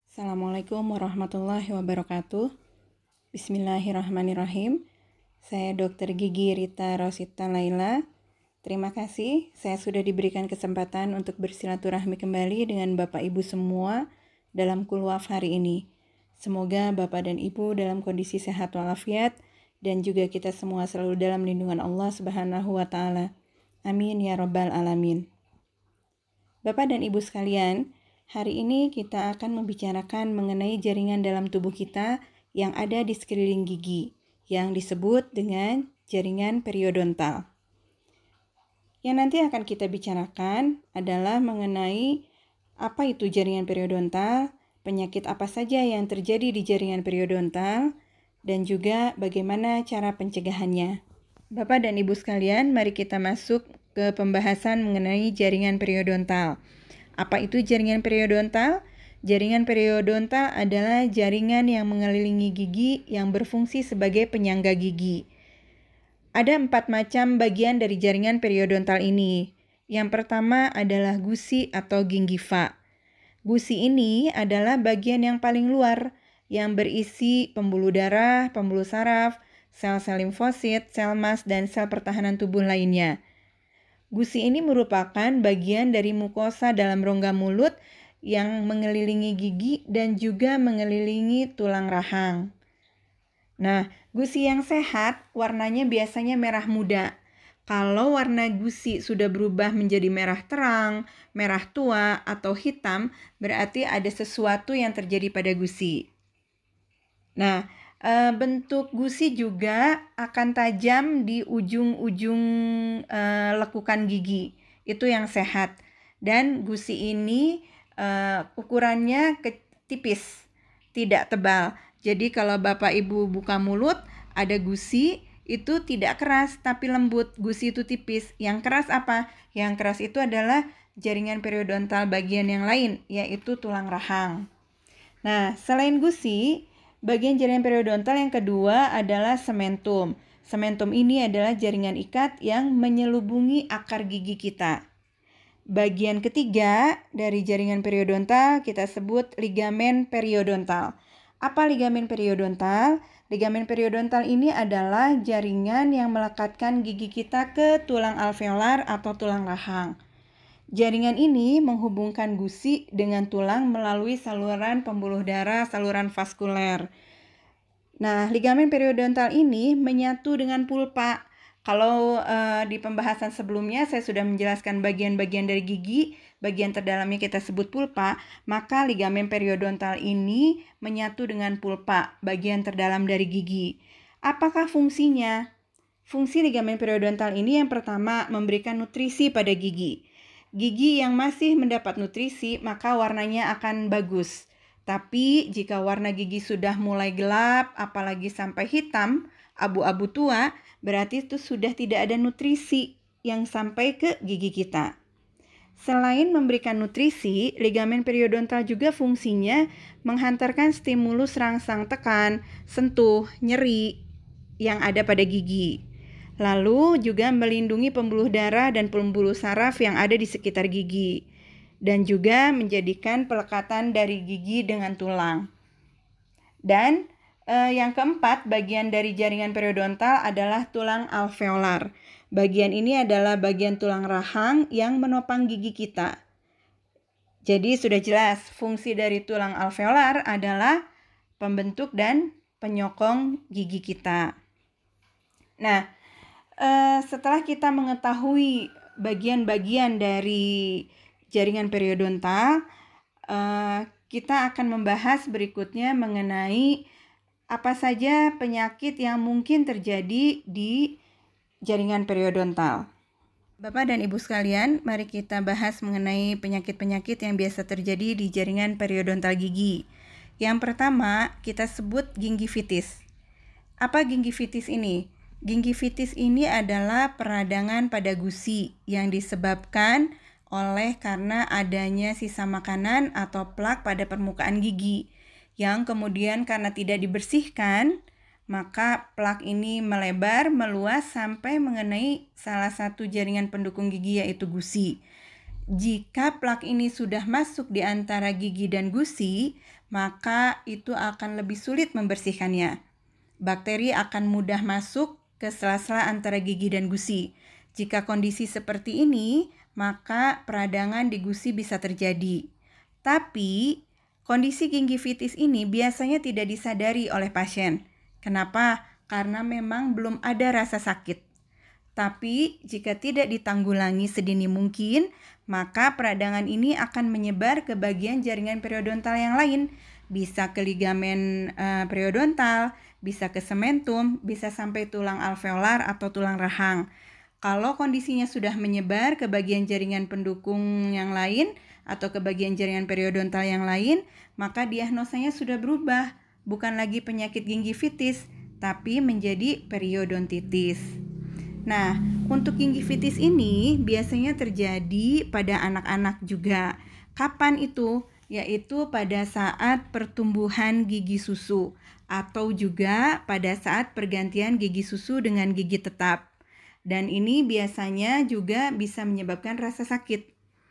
Assalamualaikum warahmatullahi wabarakatuh. Bismillahirrahmanirrahim. Saya Dr. Gigi Rita Rosita Laila. Terima kasih saya sudah diberikan kesempatan untuk bersilaturahmi kembali dengan Bapak Ibu semua dalam kulwaf hari ini. Semoga Bapak dan Ibu dalam kondisi sehat walafiat dan juga kita semua selalu dalam lindungan Allah Subhanahu wa taala. Amin ya rabbal alamin. Bapak dan Ibu sekalian, hari ini kita akan membicarakan mengenai jaringan dalam tubuh kita yang ada di sekeliling gigi, yang disebut dengan jaringan periodontal. Yang nanti akan kita bicarakan adalah mengenai apa itu jaringan periodontal, penyakit apa saja yang terjadi di jaringan periodontal, dan juga bagaimana cara pencegahannya. Bapak dan Ibu sekalian, mari kita masuk ke pembahasan mengenai jaringan periodontal. Apa itu jaringan periodontal? Jaringan periodontal adalah jaringan yang mengelilingi gigi yang berfungsi sebagai penyangga gigi. Ada 4 macam bagian dari jaringan periodontal ini. Yang pertama adalah gusi atau gingiva. Gusi ini adalah bagian yang paling luar yang berisi pembuluh darah, pembuluh saraf, sel-sel limfosit, sel mas, dan sel pertahanan tubuh lainnya. Gusi ini merupakan bagian dari mukosa dalam rongga mulut yang mengelilingi gigi dan juga mengelilingi tulang rahang. Nah, gusi yang sehat warnanya biasanya merah muda. Kalau warna gusi sudah berubah menjadi merah terang, merah tua, atau hitam, berarti ada sesuatu yang terjadi pada gusi. Nah, bentuk gusi juga akan tajam di ujung-ujung lekukan gigi. Itu yang sehat. Dan gusi ini ukurannya tipis, tidak tebal. Jadi kalau Bapak Ibu buka mulut, ada gusi, itu tidak keras tapi lembut. Gusi itu tipis. Yang keras apa? Yang keras itu adalah jaringan periodontal bagian yang lain, yaitu tulang rahang. Nah, selain gusi, bagian jaringan periodontal yang kedua adalah sementum. Sementum ini adalah jaringan ikat yang menyelubungi akar gigi kita. Bagian ketiga dari jaringan periodontal kita sebut ligamen periodontal. Apa ligamen periodontal? Ligamen periodontal ini adalah jaringan yang melekatkan gigi kita ke tulang alveolar atau tulang rahang. Jaringan ini menghubungkan gusi dengan tulang melalui saluran pembuluh darah, saluran vaskuler. Nah, ligamen periodontal ini menyatu dengan pulpa. Kalau di pembahasan sebelumnya saya sudah menjelaskan bagian-bagian dari gigi, bagian terdalamnya kita sebut pulpa, maka ligamen periodontal ini menyatu dengan pulpa, bagian terdalam dari gigi. Apakah fungsinya? Fungsi ligamen periodontal ini yang pertama memberikan nutrisi pada gigi. Gigi yang masih mendapat nutrisi maka warnanya akan bagus. Tapi jika warna gigi sudah mulai gelap, apalagi sampai hitam, abu-abu tua, berarti itu sudah tidak ada nutrisi yang sampai ke gigi kita. Selain memberikan nutrisi, ligamen periodontal juga fungsinya menghantarkan stimulus rangsang tekan, sentuh, nyeri yang ada pada gigi. Lalu juga melindungi pembuluh darah dan pembuluh saraf yang ada di sekitar gigi. Dan juga menjadikan pelekatan dari gigi dengan tulang. Dan yang keempat, bagian dari jaringan periodontal adalah tulang alveolar. Bagian ini adalah bagian tulang rahang yang menopang gigi kita. Jadi sudah jelas fungsi dari tulang alveolar adalah pembentuk dan penyokong gigi kita. Nah, setelah kita mengetahui bagian-bagian dari jaringan periodontal, kita akan membahas berikutnya mengenai apa saja penyakit yang mungkin terjadi di jaringan periodontal. Bapak dan Ibu sekalian, mari kita bahas mengenai penyakit-penyakit yang biasa terjadi di jaringan periodontal gigi. Yang pertama, kita sebut gingivitis. Apa gingivitis ini? Gingivitis ini adalah peradangan pada gusi yang disebabkan oleh karena adanya sisa makanan atau plak pada permukaan gigi yang kemudian karena tidak dibersihkan, maka plak ini melebar, meluas sampai mengenai salah satu jaringan pendukung gigi yaitu gusi. Jika plak ini sudah masuk di antara gigi dan gusi, maka itu akan lebih sulit membersihkannya. Bakteri akan mudah masuk ke sela-sela antara gigi dan gusi. Jika kondisi seperti ini, maka peradangan di gusi bisa terjadi. Tapi, kondisi gingivitis ini biasanya tidak disadari oleh pasien. Kenapa? Karena memang belum ada rasa sakit. Tapi, jika tidak ditanggulangi sedini mungkin, maka peradangan ini akan menyebar ke bagian jaringan periodontal yang lain. Bisa ke ligamen periodontal, bisa ke sementum, bisa sampai tulang alveolar atau tulang rahang. Kalau kondisinya sudah menyebar ke bagian jaringan pendukung yang lain atau ke bagian jaringan periodontal yang lain, maka diagnosanya sudah berubah. Bukan lagi penyakit gingivitis, tapi menjadi periodontitis. Nah, untuk gingivitis ini biasanya terjadi pada anak-anak juga. Kapan itu? Yaitu pada saat pertumbuhan gigi susu atau juga pada saat pergantian gigi susu dengan gigi tetap. Dan ini biasanya juga bisa menyebabkan rasa sakit.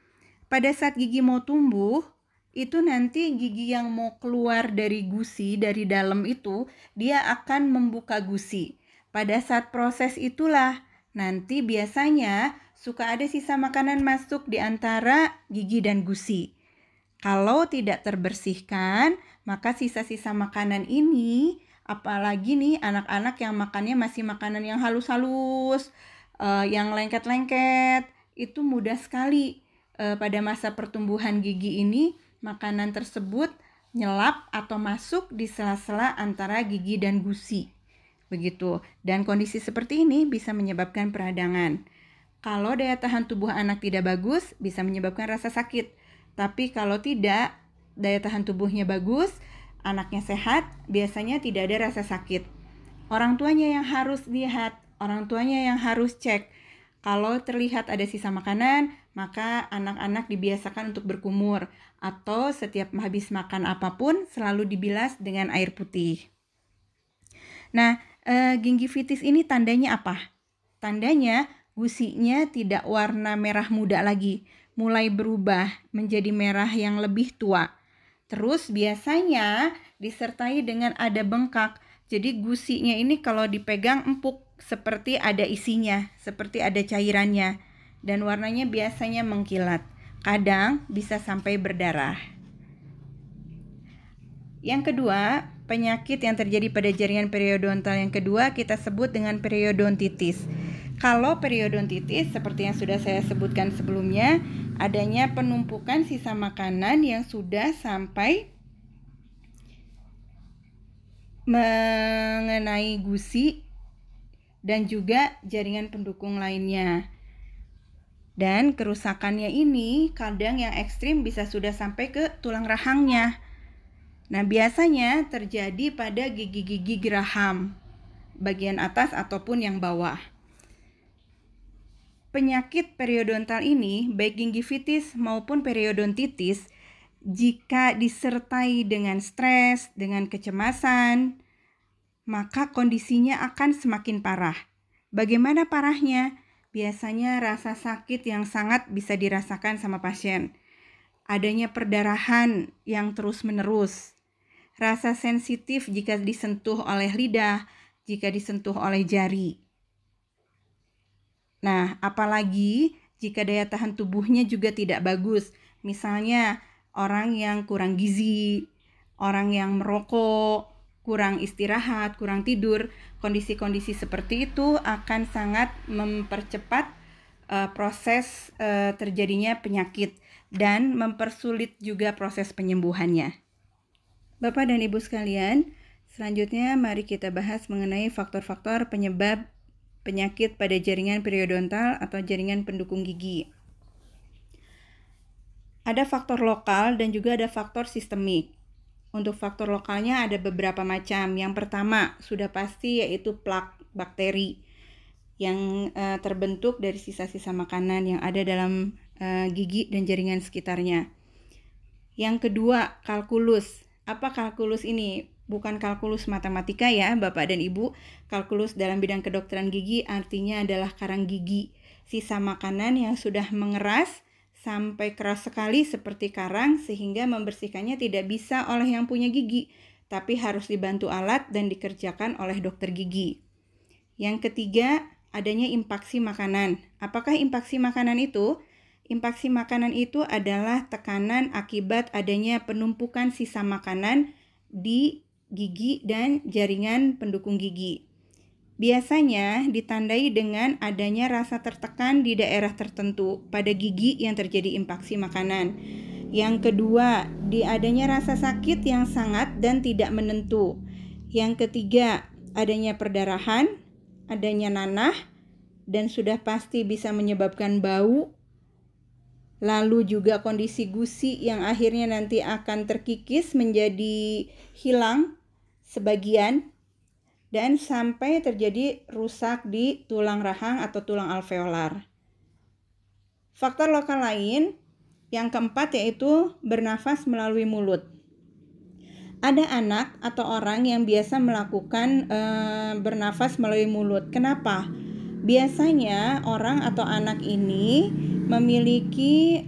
Pada saat gigi mau tumbuh, itu nanti gigi yang mau keluar dari gusi, dari dalam itu, dia akan membuka gusi. Pada saat proses itulah, nanti biasanya suka ada sisa makanan masuk di antara gigi dan gusi. Kalau tidak terbersihkan, maka sisa-sisa makanan ini, apalagi nih anak-anak yang makannya masih makanan yang halus-halus, yang lengket-lengket, itu mudah sekali pada masa pertumbuhan gigi ini, makanan tersebut nyelap atau masuk di sela-sela antara gigi dan gusi. Begitu. Dan kondisi seperti ini bisa menyebabkan peradangan. Kalau daya tahan tubuh anak tidak bagus, bisa menyebabkan rasa sakit. Tapi kalau tidak, daya tahan tubuhnya bagus, anaknya sehat, biasanya tidak ada rasa sakit. Orang tuanya yang harus lihat, orang tuanya yang harus cek. Kalau terlihat ada sisa makanan, maka anak-anak dibiasakan untuk berkumur. Atau setiap habis makan apapun, selalu dibilas dengan air putih. Nah, gingivitis ini tandanya apa? Tandanya gusinya tidak warna merah muda lagi, mulai berubah menjadi merah yang lebih tua. Terus biasanya disertai dengan ada bengkak. Jadi gusinya ini kalau dipegang empuk seperti ada isinya, seperti ada cairannya. Dan warnanya biasanya mengkilat. Kadang bisa sampai berdarah. Yang kedua, penyakit yang terjadi pada jaringan periodontal yang kedua kita sebut dengan periodontitis. Kalau periodontitis, seperti yang sudah saya sebutkan sebelumnya, adanya penumpukan sisa makanan yang sudah sampai mengenai gusi dan juga jaringan pendukung lainnya. Dan kerusakannya ini kadang yang ekstrim bisa sudah sampai ke tulang rahangnya. Nah, biasanya terjadi pada gigi-gigi geraham, bagian atas ataupun yang bawah. Penyakit periodontal ini, baik gingivitis maupun periodontitis, jika disertai dengan stres, dengan kecemasan, maka kondisinya akan semakin parah. Bagaimana parahnya? Biasanya rasa sakit yang sangat bisa dirasakan sama pasien. Adanya perdarahan yang terus-menerus. Rasa sensitif jika disentuh oleh lidah, jika disentuh oleh jari. Nah, apalagi jika daya tahan tubuhnya juga tidak bagus. Misalnya, orang yang kurang gizi, orang yang merokok, kurang istirahat, kurang tidur, kondisi-kondisi seperti itu akan sangat mempercepat proses terjadinya penyakit dan mempersulit juga proses penyembuhannya. Bapak dan Ibu sekalian, selanjutnya mari kita bahas mengenai faktor-faktor penyebab penyakit pada jaringan periodontal atau jaringan pendukung gigi. Ada faktor lokal dan juga ada faktor sistemik. Untuk faktor lokalnya ada beberapa macam. Yang pertama sudah pasti yaitu plak bakteri yang terbentuk dari sisa-sisa makanan yang ada dalam gigi dan jaringan sekitarnya. Yang kedua, kalkulus. Apa kalkulus ini? Bukan kalkulus matematika ya Bapak dan Ibu. Kalkulus dalam bidang kedokteran gigi artinya adalah karang gigi. Sisa makanan yang sudah mengeras sampai keras sekali seperti karang sehingga membersihkannya tidak bisa oleh yang punya gigi, tapi harus dibantu alat dan dikerjakan oleh dokter gigi. Yang ketiga, adanya impaksi makanan. Apakah impaksi makanan itu? Impaksi makanan itu adalah tekanan akibat adanya penumpukan sisa makanan di gigi dan jaringan pendukung gigi. Biasanya ditandai dengan adanya rasa tertekan di daerah tertentu pada gigi yang terjadi impaksi makanan. Yang kedua, adanya rasa sakit yang sangat dan tidak menentu. Yang ketiga, adanya perdarahan, adanya nanah, dan sudah pasti bisa menyebabkan bau. Lalu juga kondisi gusi yang akhirnya nanti akan terkikis menjadi hilang sebagian, dan sampai terjadi rusak di tulang rahang atau tulang alveolar. Faktor lokal lain yang keempat yaitu bernafas melalui mulut. Ada anak atau orang yang biasa melakukan bernafas melalui mulut. Kenapa? Biasanya orang atau anak ini memiliki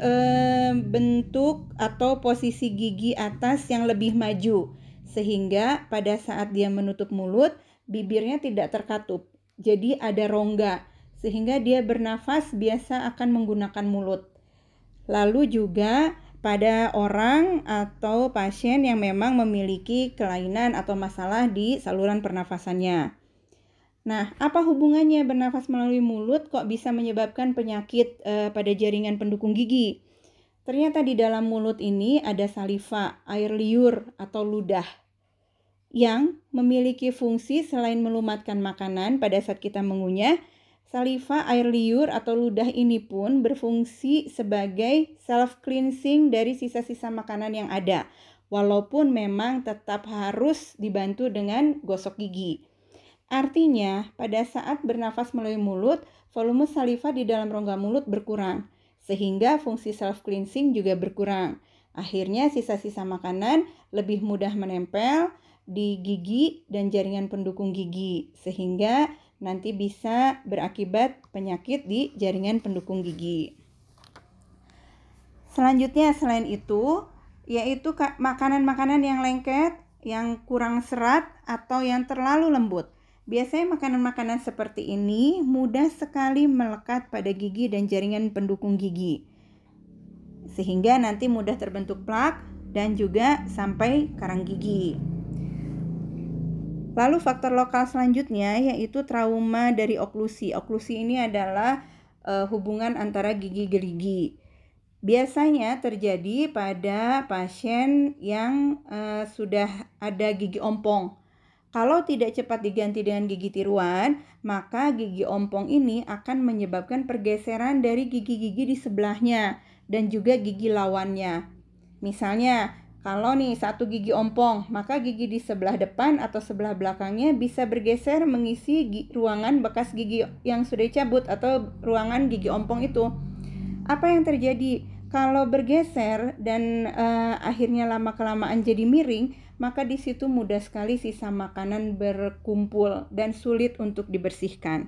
bentuk atau posisi gigi atas yang lebih maju, sehingga pada saat dia menutup mulut, bibirnya tidak terkatup, jadi ada rongga, sehingga dia bernafas biasa akan menggunakan mulut. Lalu juga pada orang atau pasien yang memang memiliki kelainan atau masalah di saluran pernafasannya. Nah, apa hubungannya bernafas melalui mulut kok bisa menyebabkan penyakit pada jaringan pendukung gigi? Ternyata di dalam mulut ini ada saliva, air liur atau ludah, yang memiliki fungsi selain melumatkan makanan pada saat kita mengunyah. Saliva, air liur atau ludah ini pun berfungsi sebagai self-cleansing dari sisa-sisa makanan yang ada, walaupun memang tetap harus dibantu dengan gosok gigi. Artinya, pada saat bernafas melalui mulut, volume saliva di dalam rongga mulut berkurang, sehingga fungsi self-cleansing juga berkurang. Akhirnya sisa-sisa makanan lebih mudah menempel di gigi dan jaringan pendukung gigi, sehingga nanti bisa berakibat penyakit di jaringan pendukung gigi. Selanjutnya selain itu, yaitu makanan-makanan yang lengket, yang kurang serat, atau yang terlalu lembut. Biasanya makanan-makanan seperti ini mudah sekali melekat pada gigi dan jaringan pendukung gigi, sehingga nanti mudah terbentuk plak dan juga sampai karang gigi. Lalu faktor lokal selanjutnya yaitu trauma dari oklusi. Oklusi ini adalah hubungan antara gigi gerigi. Biasanya terjadi pada pasien yang sudah ada gigi ompong. Kalau tidak cepat diganti dengan gigi tiruan, maka gigi ompong ini akan menyebabkan pergeseran dari gigi-gigi di sebelahnya dan juga gigi lawannya. Misalnya, kalau nih satu gigi ompong, maka gigi di sebelah depan atau sebelah belakangnya bisa bergeser mengisi ruangan bekas gigi yang sudah dicabut atau ruangan gigi ompong itu. Apa yang terjadi? Kalau bergeser dan akhirnya lama-kelamaan jadi miring, maka di situ mudah sekali sisa makanan berkumpul dan sulit untuk dibersihkan.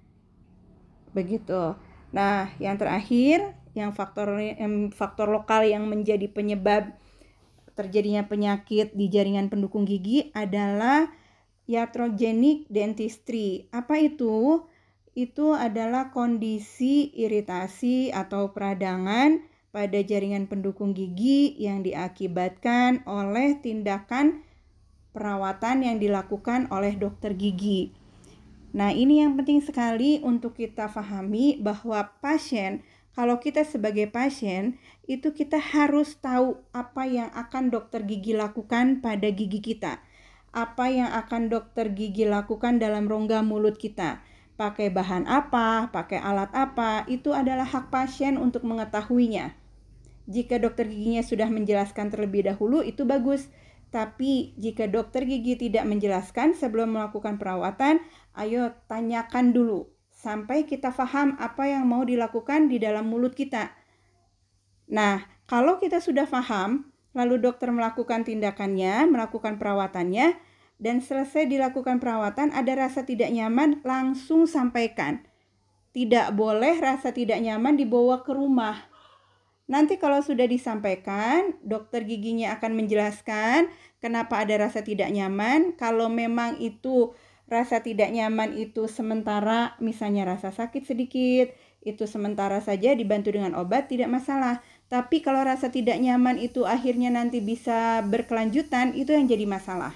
Begitu. Nah, yang terakhir, yang faktor lokal yang menjadi penyebab terjadinya penyakit di jaringan pendukung gigi adalah iatrogenic dentistry. Apa itu? Itu adalah kondisi iritasi atau peradangan pada jaringan pendukung gigi yang diakibatkan oleh tindakan perawatan yang dilakukan oleh dokter gigi. Nah, ini yang penting sekali untuk kita pahami bahwa kalau kita sebagai pasien, itu kita harus tahu apa yang akan dokter gigi lakukan pada gigi kita. Apa yang akan dokter gigi lakukan dalam rongga mulut kita. Pakai bahan apa, pakai alat apa, itu adalah hak pasien untuk mengetahuinya. Jika dokter giginya sudah menjelaskan terlebih dahulu, itu bagus. Tapi jika dokter gigi tidak menjelaskan sebelum melakukan perawatan, ayo tanyakan dulu sampai kita paham apa yang mau dilakukan di dalam mulut kita. Nah, kalau kita sudah paham, lalu dokter melakukan tindakannya, melakukan perawatannya, dan selesai dilakukan perawatan, ada rasa tidak nyaman, langsung sampaikan. Tidak boleh rasa tidak nyaman dibawa ke rumah. Nanti kalau sudah disampaikan, dokter giginya akan menjelaskan kenapa ada rasa tidak nyaman. Kalau memang itu rasa tidak nyaman itu sementara, misalnya rasa sakit sedikit, itu sementara saja dibantu dengan obat, tidak masalah. Tapi kalau rasa tidak nyaman itu akhirnya nanti bisa berkelanjutan, itu yang jadi masalah.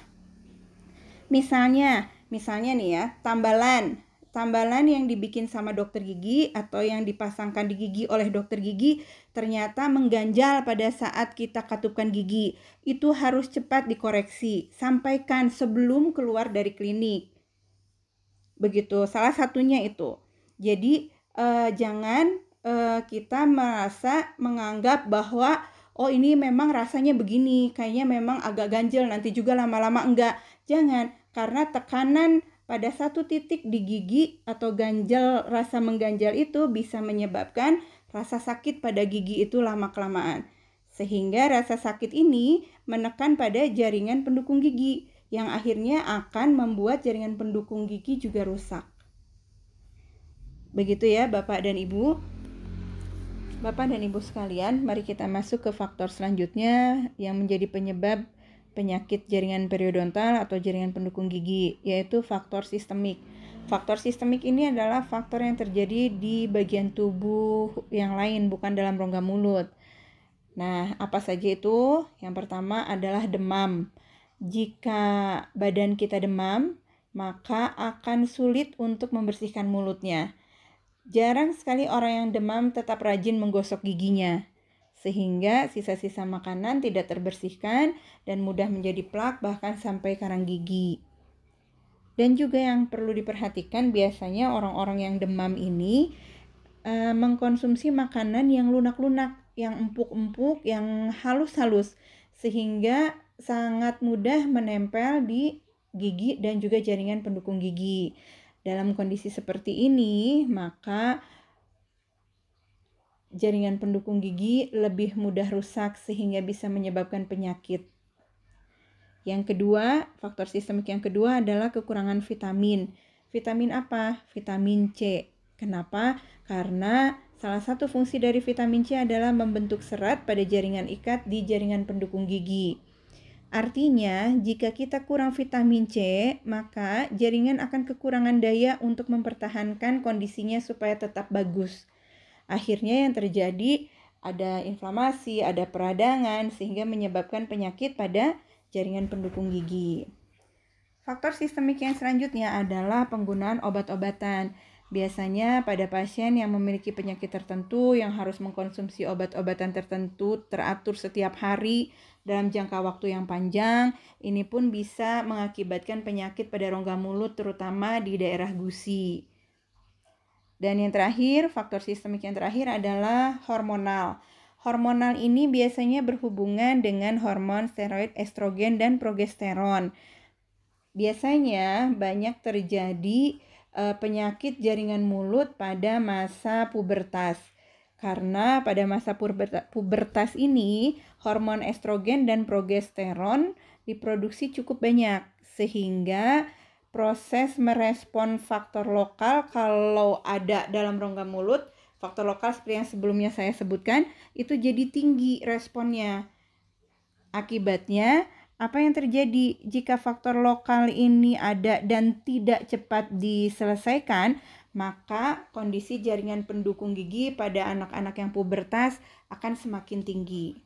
Misalnya nih ya, tambalan yang dibikin sama dokter gigi atau yang dipasangkan di gigi oleh dokter gigi ternyata mengganjal pada saat kita katupkan gigi. Itu harus cepat dikoreksi, sampaikan sebelum keluar dari klinik. Begitu, salah satunya itu. Jadi jangan kita merasa menganggap bahwa oh ini memang rasanya begini, kayaknya memang agak ganjel, nanti juga lama-lama enggak. Jangan, karena tekanan pada satu titik di gigi atau rasa mengganjal itu bisa menyebabkan rasa sakit pada gigi itu lama-kelamaan. Sehingga rasa sakit ini menekan pada jaringan pendukung gigi, yang akhirnya akan membuat jaringan pendukung gigi juga rusak. Begitu ya Bapak dan Ibu. Bapak dan Ibu sekalian, mari kita masuk ke faktor selanjutnya yang menjadi penyebab penyakit jaringan periodontal atau jaringan pendukung gigi, yaitu faktor sistemik. Faktor sistemik ini adalah faktor yang terjadi di bagian tubuh yang lain, bukan dalam rongga mulut. Nah, apa saja itu? Yang pertama adalah demam. Jika badan kita demam, maka akan sulit untuk membersihkan mulutnya. Jarang sekali orang yang demam tetap rajin menggosok giginya, sehingga sisa-sisa makanan tidak terbersihkan dan mudah menjadi plak bahkan sampai karang gigi. Dan juga yang perlu diperhatikan, biasanya orang-orang yang demam ini mengkonsumsi makanan yang lunak-lunak, yang empuk-empuk, yang halus-halus, sehingga sangat mudah menempel di gigi dan juga jaringan pendukung gigi. Dalam kondisi seperti ini, maka jaringan pendukung gigi lebih mudah rusak sehingga bisa menyebabkan penyakit. Yang kedua, faktor sistemik yang kedua adalah kekurangan vitamin. Vitamin apa? Vitamin C. Kenapa? Karena salah satu fungsi dari vitamin C adalah membentuk serat pada jaringan ikat di jaringan pendukung gigi. Artinya, jika kita kurang vitamin C, maka jaringan akan kekurangan daya untuk mempertahankan kondisinya supaya tetap bagus. Akhirnya yang terjadi ada inflamasi, ada peradangan, sehingga menyebabkan penyakit pada jaringan pendukung gigi. Faktor sistemik yang selanjutnya adalah penggunaan obat-obatan. Biasanya pada pasien yang memiliki penyakit tertentu yang harus mengkonsumsi obat-obatan tertentu teratur setiap hari dalam jangka waktu yang panjang, ini pun bisa mengakibatkan penyakit pada rongga mulut terutama di daerah gusi. Dan yang terakhir, faktor sistemik yang terakhir adalah hormonal. Hormonal ini biasanya berhubungan dengan hormon steroid, estrogen, dan progesteron. Biasanya banyak terjadi penyakit jaringan mulut pada masa pubertas. Karena pada masa pubertas ini hormon estrogen dan progesteron diproduksi cukup banyak, sehingga proses merespon faktor lokal kalau ada dalam rongga mulut, faktor lokal seperti yang sebelumnya saya sebutkan, itu jadi tinggi responnya. Akibatnya, apa yang terjadi jika faktor lokal ini ada dan tidak cepat diselesaikan, maka kondisi jaringan pendukung gigi pada anak-anak yang pubertas akan semakin tinggi.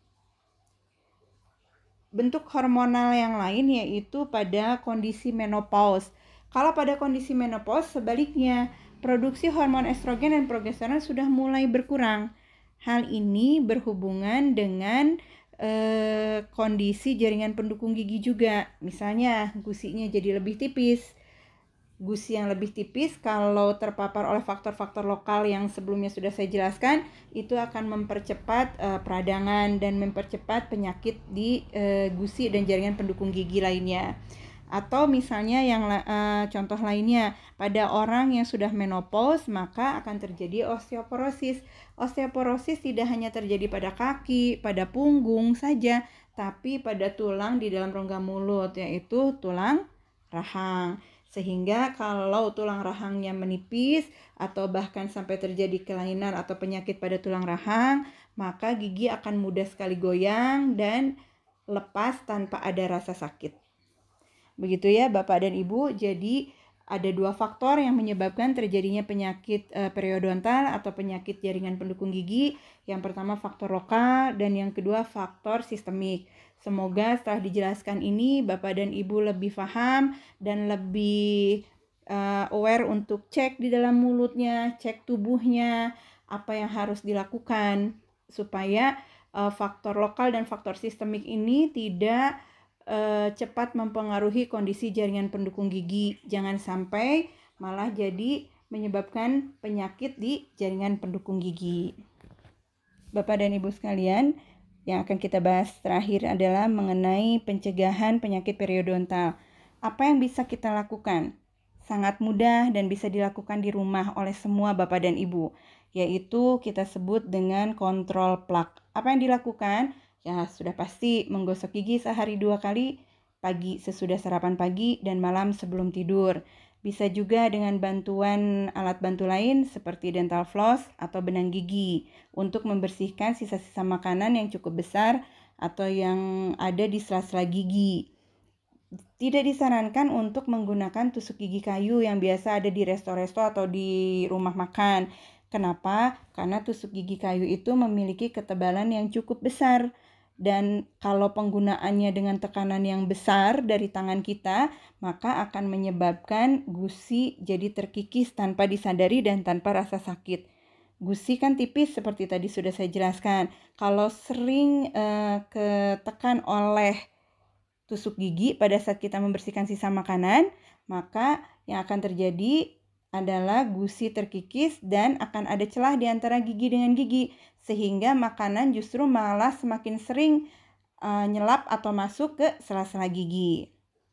Bentuk hormonal yang lain yaitu pada kondisi menopause. Kalau pada kondisi menopause, sebaliknya, produksi hormon estrogen dan progesteron sudah mulai berkurang. Hal ini berhubungan dengan kondisi jaringan pendukung gigi juga. Misalnya gusinya jadi lebih tipis. Gusi yang lebih tipis kalau terpapar oleh faktor-faktor lokal yang sebelumnya sudah saya jelaskan, itu akan mempercepat peradangan dan mempercepat penyakit di gusi dan jaringan pendukung gigi lainnya. Atau misalnya yang contoh lainnya, pada orang yang sudah menopause maka akan terjadi osteoporosis. Osteoporosis tidak hanya terjadi pada kaki, pada punggung saja, tapi pada tulang di dalam rongga mulut, yaitu tulang rahang. Sehingga kalau tulang rahangnya menipis atau bahkan sampai terjadi kelainan atau penyakit pada tulang rahang, maka gigi akan mudah sekali goyang dan lepas tanpa ada rasa sakit. Begitu ya Bapak dan Ibu, jadi ada dua faktor yang menyebabkan terjadinya penyakit periodontal atau penyakit jaringan pendukung gigi. Yang pertama faktor lokal dan yang kedua faktor sistemik. Semoga setelah dijelaskan ini Bapak dan Ibu lebih paham dan lebih aware untuk cek di dalam mulutnya, cek tubuhnya, apa yang harus dilakukan supaya faktor lokal dan faktor sistemik ini tidak cepat mempengaruhi kondisi jaringan pendukung gigi. Jangan sampai malah jadi menyebabkan penyakit di jaringan pendukung gigi. Bapak dan Ibu sekalian, yang akan kita bahas terakhir adalah mengenai pencegahan penyakit periodontal. Apa yang bisa kita lakukan? Sangat mudah dan bisa dilakukan di rumah oleh semua Bapak dan Ibu, yaitu kita sebut dengan kontrol plak. Apa yang dilakukan? Ya sudah pasti menggosok gigi sehari 2 kali, pagi sesudah sarapan pagi dan malam sebelum tidur. Bisa juga dengan bantuan alat bantu lain seperti dental floss atau benang gigi untuk membersihkan sisa-sisa makanan yang cukup besar atau yang ada di sela-sela gigi. Tidak disarankan untuk menggunakan tusuk gigi kayu yang biasa ada di resto-resto atau di rumah makan. Kenapa? Karena tusuk gigi kayu itu memiliki ketebalan yang cukup besar. Dan kalau penggunaannya dengan tekanan yang besar dari tangan kita, maka akan menyebabkan gusi jadi terkikis tanpa disadari dan tanpa rasa sakit. Gusi kan tipis seperti tadi sudah saya jelaskan. Kalau sering ketekan oleh tusuk gigi pada saat kita membersihkan sisa makanan, maka yang akan terjadi adalah gusi terkikis dan akan ada celah di antara gigi dengan gigi, sehingga makanan justru malah semakin sering nyelap atau masuk ke sela-sela gigi.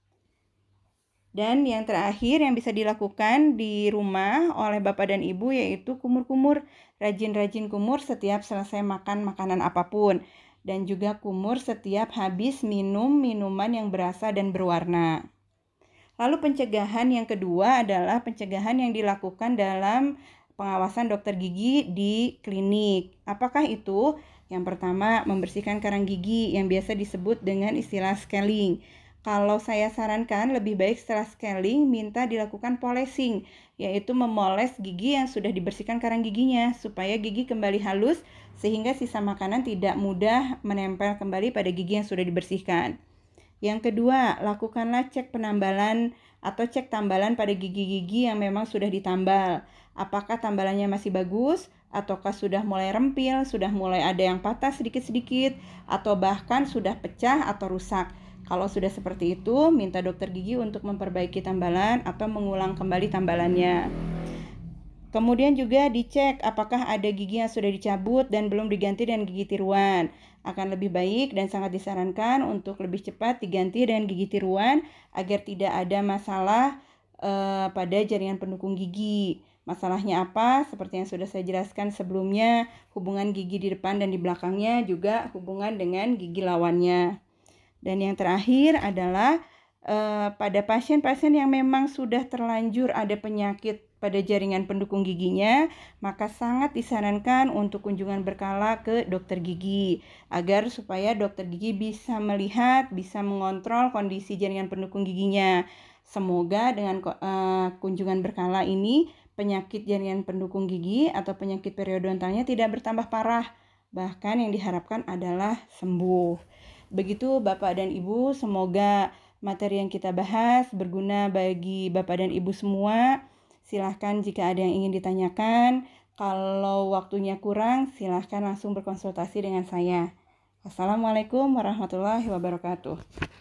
Dan yang terakhir yang bisa dilakukan di rumah oleh Bapak dan Ibu yaitu kumur-kumur, rajin-rajin kumur setiap selesai makan makanan apapun. Dan juga kumur setiap habis minum minuman yang berasa dan berwarna. Lalu pencegahan yang kedua adalah pencegahan yang dilakukan dalam pengawasan dokter gigi di klinik. Apakah itu? Yang pertama, membersihkan karang gigi yang biasa disebut dengan istilah scaling. Kalau saya sarankan lebih baik setelah scaling minta dilakukan polishing, yaitu memoles gigi yang sudah dibersihkan karang giginya supaya gigi kembali halus sehingga sisa makanan tidak mudah menempel kembali pada gigi yang sudah dibersihkan. Yang kedua, lakukanlah cek penambalan atau cek tambalan pada gigi-gigi yang memang sudah ditambal. Apakah tambalannya masih bagus, ataukah sudah mulai rempil, sudah mulai ada yang patah sedikit-sedikit, atau bahkan sudah pecah atau rusak. Kalau sudah seperti itu, minta dokter gigi untuk memperbaiki tambalan atau mengulang kembali tambalannya. Kemudian juga dicek apakah ada gigi yang sudah dicabut dan belum diganti dengan gigi tiruan. Akan lebih baik dan sangat disarankan untuk lebih cepat diganti dengan gigi tiruan agar tidak ada masalah pada jaringan pendukung gigi. Masalahnya apa? Seperti yang sudah saya jelaskan sebelumnya, hubungan gigi di depan dan di belakangnya juga hubungan dengan gigi lawannya. Dan yang terakhir adalah pada pasien-pasien yang memang sudah terlanjur ada penyakit pada jaringan pendukung giginya, maka sangat disarankan untuk kunjungan berkala ke dokter gigi agar supaya dokter gigi bisa melihat, bisa mengontrol kondisi jaringan pendukung giginya. Semoga dengan kunjungan berkala ini penyakit jaringan pendukung gigi atau penyakit periodontalnya tidak bertambah parah, bahkan yang diharapkan adalah sembuh. Begitu Bapak dan Ibu, semoga materi yang kita bahas berguna bagi Bapak dan Ibu semua. Silahkan jika ada yang ingin ditanyakan. Kalau waktunya kurang, silahkan langsung berkonsultasi dengan saya. Wassalamualaikum warahmatullahi wabarakatuh.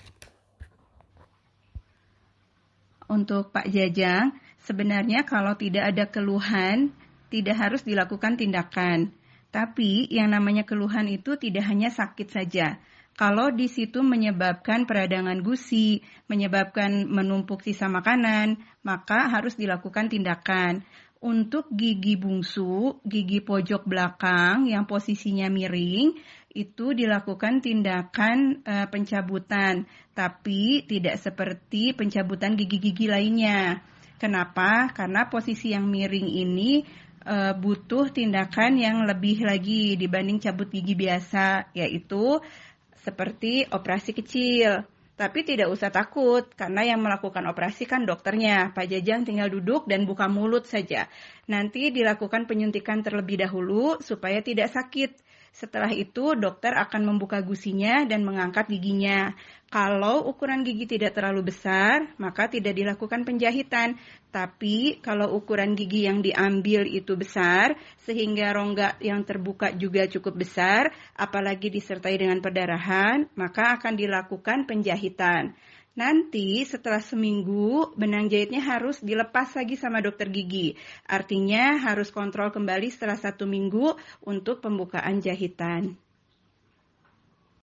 Untuk Pak Jajang, sebenarnya kalau tidak ada keluhan, tidak harus dilakukan tindakan. Tapi yang namanya keluhan itu tidak hanya sakit saja. Kalau di situ menyebabkan peradangan gusi, menyebabkan menumpuk sisa makanan, maka harus dilakukan tindakan. Untuk gigi bungsu, gigi pojok belakang yang posisinya miring, itu dilakukan tindakan pencabutan, tapi tidak seperti pencabutan gigi-gigi lainnya. Kenapa? Karena posisi yang miring ini butuh tindakan yang lebih lagi dibanding cabut gigi biasa, yaitu seperti operasi kecil. Tapi tidak usah takut, karena yang melakukan operasi kan dokternya. Pak Jajang tinggal duduk dan buka mulut saja. Nanti dilakukan penyuntikan terlebih dahulu supaya tidak sakit. Setelah itu dokter akan membuka gusinya dan mengangkat giginya. Kalau ukuran gigi tidak terlalu besar, maka tidak dilakukan penjahitan. Tapi kalau ukuran gigi yang diambil itu besar, sehingga rongga yang terbuka juga cukup besar, apalagi disertai dengan perdarahan, maka akan dilakukan penjahitan. Nanti setelah seminggu, benang jahitnya harus dilepas lagi sama dokter gigi. Artinya harus kontrol kembali setelah 1 minggu untuk pembukaan jahitan.